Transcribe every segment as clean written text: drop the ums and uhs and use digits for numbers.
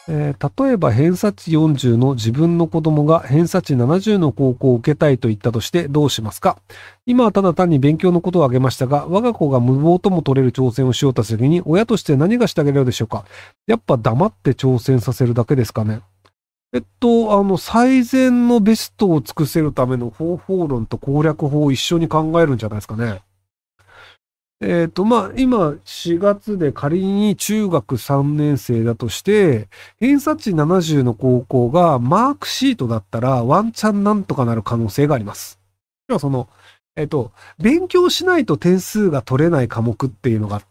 例えば偏差値40の自分の子供が偏差値70の高校を受けたいと言ったとしてどうしますか？今はただ単に勉強のことを挙げましたが、我が子が無謀とも取れる挑戦をしようとした時に親として何がしてあげられるでしょうか？やっぱ黙って挑戦させるだけですかね。最善のベストを尽くせるための方法論と攻略法を一緒に考えるんじゃないですかね。今、4月で仮に中学3年生だとして、偏差値70の高校がマークシートだったらワンチャンなんとかなる可能性があります。要は勉強しないと点数が取れない科目っていうのがあって、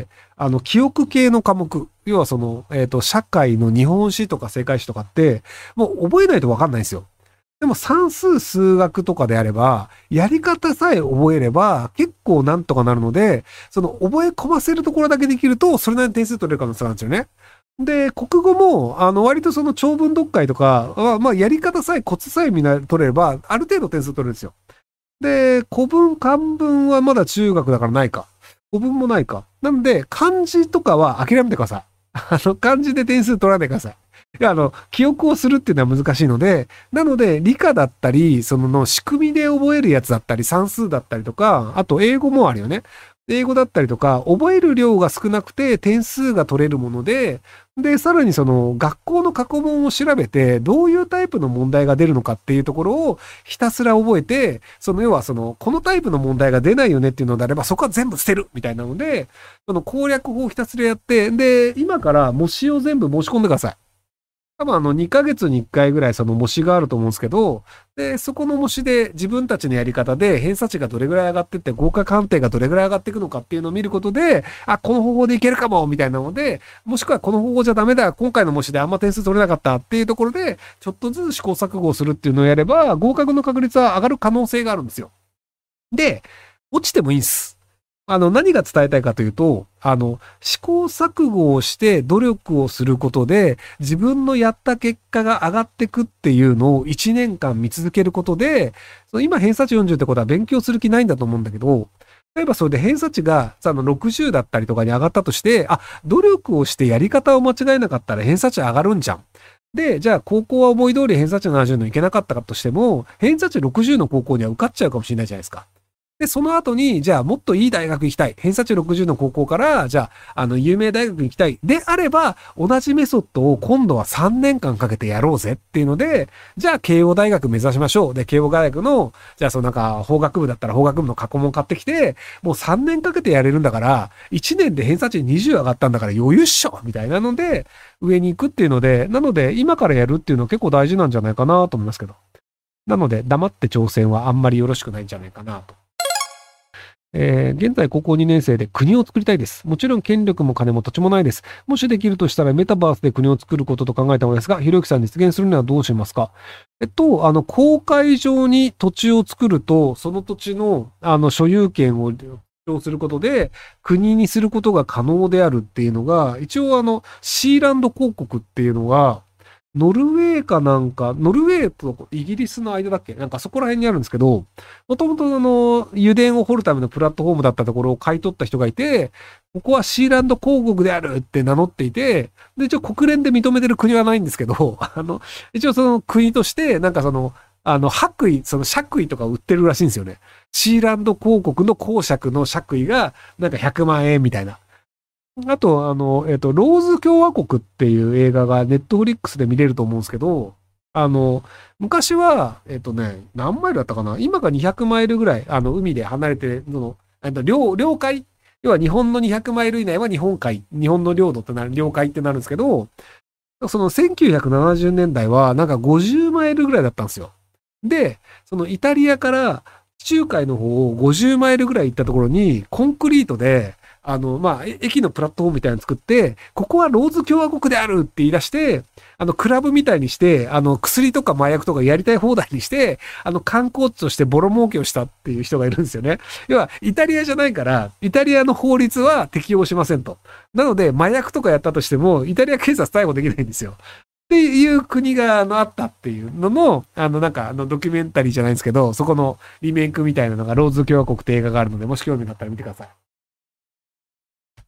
記憶系の科目、要は社会の日本史とか世界史とかって、もう覚えないとわかんないんですよ。でも算数数学とかであれば、やり方さえ覚えれば結構なんとかなるので、覚え込ませるところだけできると、それなりに点数取れる可能性なんですよね。で、国語も、割と長文読解とかは、やり方さえ、コツさえ取れれば、ある程度点数取れるんですよ。で、古文、漢文はまだ中学だからないか。古文もないか。なので、漢字とかは諦めてください。漢字で点数取らないでください。記憶をするっていうのは難しいので、なので、理科だったり、仕組みで覚えるやつだったり、算数だったりとか、あと英語もあるよね。英語だったりとか、覚える量が少なくて点数が取れるもので、で、さらに学校の過去問を調べて、どういうタイプの問題が出るのかっていうところをひたすら覚えて、要はこのタイプの問題が出ないよねっていうのであれば、そこは全部捨てるみたいなので、攻略法をひたすらやって、で、今から模試を全部申し込んでください。多分2ヶ月に1回ぐらい模試があると思うんですけど、で、そこの模試で自分たちのやり方で偏差値がどれぐらい上がってって、合格判定がどれぐらい上がっていくのかっていうのを見ることで、あ、この方法でいけるかもみたいなので、もしくはこの方法じゃダメだ、今回の模試であんま点数取れなかったっていうところで、ちょっとずつ試行錯誤をするっていうのをやれば、合格の確率は上がる可能性があるんですよ。で、落ちてもいいんです。何が伝えたいかというと、試行錯誤をして努力をすることで、自分のやった結果が上がってくっていうのを1年間見続けることで、今偏差値40ってことは勉強する気ないんだと思うんだけど、例えばそれで偏差値が60だったりとかに上がったとして、あ、努力をしてやり方を間違えなかったら偏差値上がるんじゃん。で、じゃあ高校は思い通り偏差値70のいけなかったかとしても、偏差値60の高校には受かっちゃうかもしれないじゃないですか。で、その後に、じゃあもっといい大学行きたい。偏差値60の高校から、じゃあ、有名大学行きたい。であれば、同じメソッドを今度は3年間かけてやろうぜっていうので、じゃあ慶応大学目指しましょう。で、慶応大学の、じゃあ法学部だったら法学部の過去問買ってきて、もう3年かけてやれるんだから、1年で偏差値20上がったんだから余裕っしょみたいなので、上に行くっていうので、なので、今からやるっていうのは結構大事なんじゃないかなと思いますけど。なので、黙って挑戦はあんまりよろしくないんじゃないかなと。現在高校2年生で国を作りたいです。もちろん権力も金も土地もないです。もしできるとしたらメタバースで国を作ることと考えたのですが、ひろゆきさん実現するにはどうしますか？公海上に土地を作ると、その土地の、所有権を主張することで、国にすることが可能であるっていうのが、一応シーランド公国っていうのが、ノルウェーかなんか、ノルウェーとイギリスの間だっけなんかそこら辺にあるんですけど、もともと油田を掘るためのプラットフォームだったところを買い取った人がいて、ここはシーランド公国であるって名乗っていて、で、一応国連で認めてる国はないんですけど、一応その国として、なんか白衣、爵位とか売ってるらしいんですよね。シーランド公国の公爵の爵位が、なんか100万円みたいな。あと、ローズ共和国っていう映画がネットフリックスで見れると思うんですけど、昔は、何マイルだったかな今が200マイルぐらい、海で離れて、領海要は日本の200マイル以内は日本海、日本の領土ってなる、領海ってなるんですけど、その1970年代はなんか50マイルぐらいだったんですよ。で、そのイタリアから地中海の方を50マイルぐらい行ったところに、コンクリートで、駅のプラットフォームみたいなの作って、ここはローズ共和国であるって言い出して、クラブみたいにして、薬とか麻薬とかやりたい放題にして、観光地としてボロ儲けをしたっていう人がいるんですよね。要は、イタリアじゃないから、イタリアの法律は適用しませんと。なので、麻薬とかやったとしても、イタリア警察逮捕できないんですよ。っていう国があったっていうのの、ドキュメンタリーじゃないんですけど、そこのリメイクみたいなのがローズ共和国って映画があるので、もし興味があったら見てください。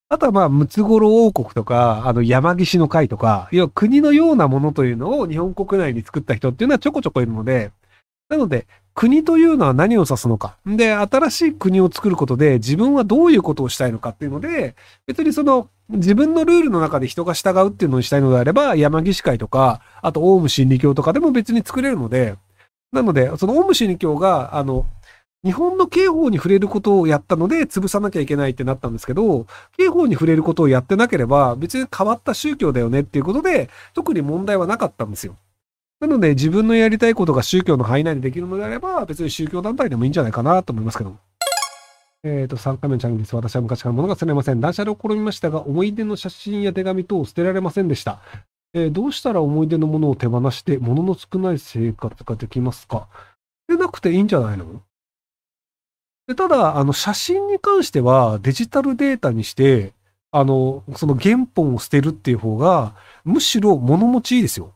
あとはまあ、ムツゴロウ王国とか、山岸の会とか、要は国のようなものというのを日本国内に作った人っていうのはちょこちょこいるので、なので、国というのは何を指すのか。で、新しい国を作ることで自分はどういうことをしたいのかっていうので、別にその自分のルールの中で人が従うっていうのにしたいのであれば、山岸会とか、あとオウム真理教とかでも別に作れるので、なので、そのオウム真理教が、日本の刑法に触れることをやったので潰さなきゃいけないってなったんですけど、刑法に触れることをやってなければ別に変わった宗教だよねっていうことで、特に問題はなかったんですよ。なので自分のやりたいことが宗教の範囲内でできるのであれば、別に宗教団体でもいいんじゃないかなと思いますけど。3回目のチャンネルです。私は昔から物が捨てられません。断捨離を試みましたが、思い出の写真や手紙等を捨てられませんでした。どうしたら思い出のものを手放して、物の少ない生活ができますか？捨てなくていいんじゃないの？で、ただ、写真に関してはデジタルデータにして、その原本を捨てるっていう方が、むしろ物持ちいいですよ。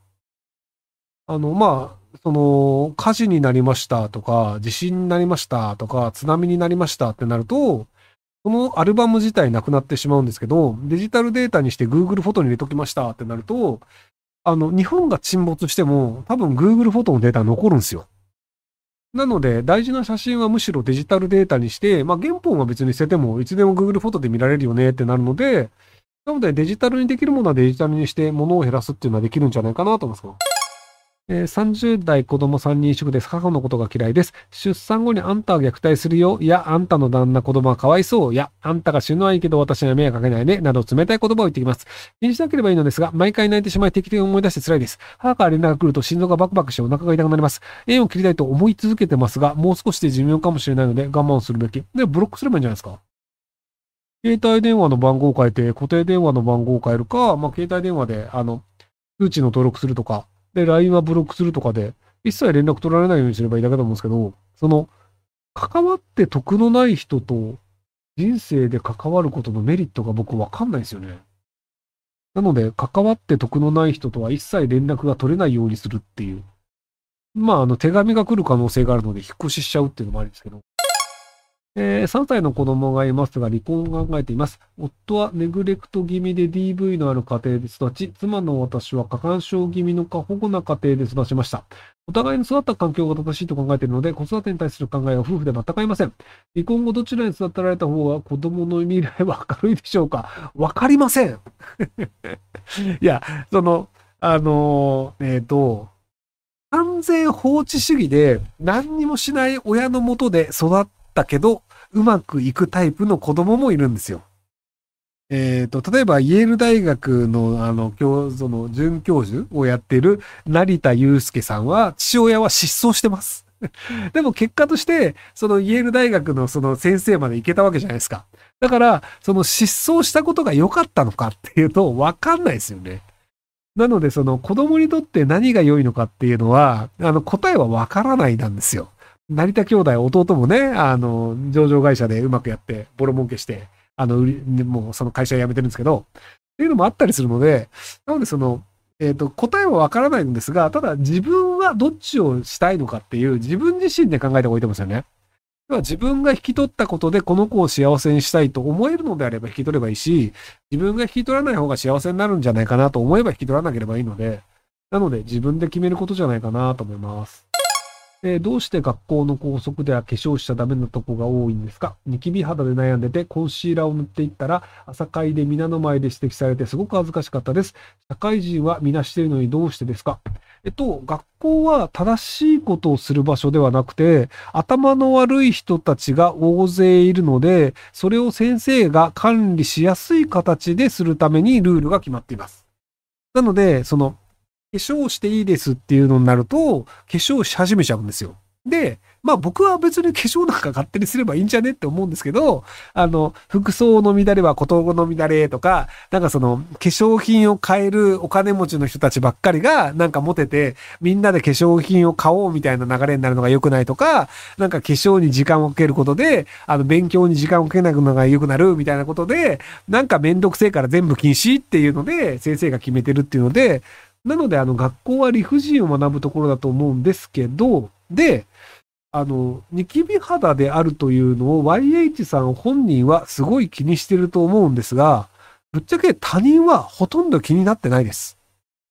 火事になりましたとか、地震になりましたとか、津波になりましたってなると、そのアルバム自体なくなってしまうんですけど、デジタルデータにして Google フォトに入れときましたってなると、日本が沈没しても、多分 Google フォトのデータ残るんですよ。なので、大事な写真はむしろデジタルデータにして、まあ、原本は別に捨てても、いつでも Google フォトで見られるよねってなるので、なので、デジタルにできるものはデジタルにして、物を減らすっていうのはできるんじゃないかなと思います。30代子供3人一緒です。母のことが嫌いです。出産後にあんたは虐待するよ。いや、あんたの旦那子供はかわいそう。いや、あんたが死ぬのはいいけど私には迷惑かけないね。など冷たい言葉を言ってきます。気にしなければいいのですが、毎回泣いてしまい敵的に思い出して辛いです。母から連絡が来ると心臓がバクバクしてお腹が痛くなります。縁を切りたいと思い続けてますが、もう少しで寿命かもしれないので我慢するべき。で、ブロックすればいいんじゃないですか。携帯電話の番号を変えて、固定電話の番号を変えるか、まあ、携帯電話で、通知の登録するとか、で、LINE はブロックするとかで、一切連絡取られないようにすればいいだけだと思うんですけど、関わって得のない人と人生で関わることのメリットが僕わかんないですよね。なので、関わって得のない人とは一切連絡が取れないようにするっていう。まあ、手紙が来る可能性があるので、引っ越ししちゃうっていうのもあるんですけど。3歳の子供がいますが、離婚を考えています。夫はネグレクト気味で DV のある家庭で育ち、妻の私は過干渉気味の過保護な家庭で育ちました。お互いに育った環境が正しいと考えているので、子育てに対する考えは夫婦で全く合いません。離婚後どちらに育てられた方が子供の未来は明るいでしょうか？わかりません。いや、完全放置主義で何にもしない親のもとで育ったけど、うまくいくタイプの子供もいるんですよ。例えば、イェール大学の、その、准教授をやっている成田祐介さんは、父親は失踪してます。でも結果として、そのイェール大学のその先生まで行けたわけじゃないですか。だから、その失踪したことが良かったのかっていうと、わかんないですよね。なので、その子供にとって何が良いのかっていうのは、答えはわからないなんですよ。成田兄弟、弟もね、上場会社でうまくやって、ボロ儲けして、もうその会社を辞めてるんですけど、っていうのもあったりするので、なので答えはわからないんですが、ただ自分はどっちをしたいのかっていう自分自身で考えた方がいいと思うんですよね。自分が引き取ったことでこの子を幸せにしたいと思えるのであれば引き取ればいいし、自分が引き取らない方が幸せになるんじゃないかなと思えば引き取らなければいいので、なので自分で決めることじゃないかなと思います。どうして学校の校則では化粧しちゃダメなとこが多いんですか？ニキビ肌で悩んでてコンシーラーを塗っていったら朝会で皆の前で指摘されてすごく恥ずかしかったです。社会人は皆しているのにどうしてですか？学校は正しいことをする場所ではなくて、頭の悪い人たちが大勢いるので、それを先生が管理しやすい形でするためにルールが決まっています。なので、化粧していいですっていうのになると、化粧し始めちゃうんですよ。で、まあ僕は別に化粧なんか勝手にすればいいんじゃねって思うんですけど、服装の乱れはことの乱れとか、なんか化粧品を買えるお金持ちの人たちばっかりが、なんかモテて、みんなで化粧品を買おうみたいな流れになるのが良くないとか、なんか化粧に時間をかけることで、勉強に時間をかけなくのが良くなるみたいなことで、なんかめんどくせえから全部禁止っていうので、先生が決めてるっていうので、なので、学校は理不尽を学ぶところだと思うんですけど、で、 ニキビ肌であるというのを YH さん本人はすごい気にしてると思うんですが、ぶっちゃけ他人はほとんど気になってないです。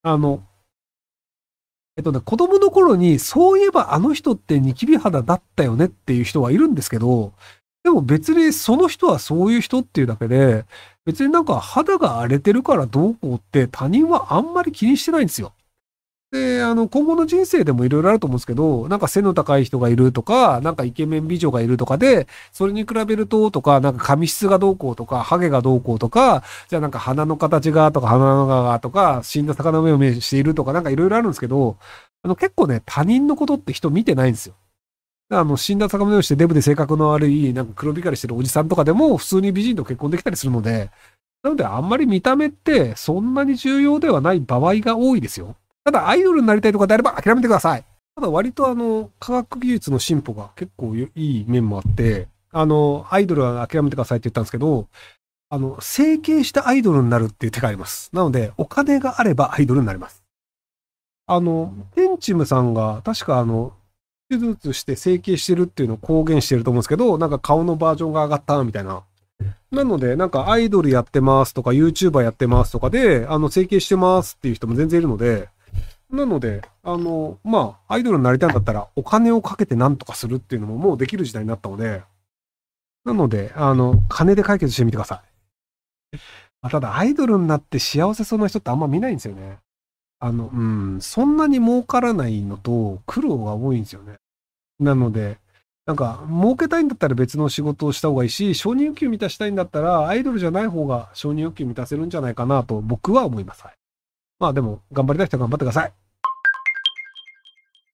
子供の頃に、そういえばあの人ってニキビ肌だったよねっていう人はいるんですけど、でも別にその人はそういう人っていうだけで、別になんか肌が荒れてるからどうこうって他人はあんまり気にしてないんですよ。で、今後の人生でもいろいろあると思うんですけど、なんか背の高い人がいるとか、なんかイケメン美女がいるとかで、それに比べるととか、なんか髪質がどうこうとか、ハゲがどうこうとか、じゃあなんか鼻の形がとか、鼻の長がとか、死んだ魚の目を目しているとか、なんかいろいろあるんですけど、結構ね、他人のことって人見てないんですよ。死んだ魚の目をしてデブで性格の悪い、なんか黒光りしてるおじさんとかでも、普通に美人と結婚できたりするので、なのであんまり見た目ってそんなに重要ではない場合が多いですよ。ただアイドルになりたいとかであれば諦めてください。ただ割と科学技術の進歩が結構いい面もあって、アイドルは諦めてくださいって言ったんですけど、整形したアイドルになるっていう手があります。なので、お金があればアイドルになります。テンチムさんが確か手術して整形してるっていうのを公言してると思うんですけど、なんか顔のバージョンが上がったみたいな。なので、なんかアイドルやってますとか、YouTuber やってますとかで、整形してますっていう人も全然いるので、なので、アイドルになりたいんだったら、お金をかけて何とかするっていうのももうできる時代になったので、なので、金で解決してみてください。ただ、アイドルになって幸せそうな人ってあんま見ないんですよね。そんなに儲からないのと、苦労が多いんですよね。なので、なんか、儲けたいんだったら別の仕事をした方がいいし、承認欲求満たしたいんだったら、アイドルじゃない方が承認欲求満たせるんじゃないかなと僕は思います。はい。まあでも、頑張りたい人は頑張ってください。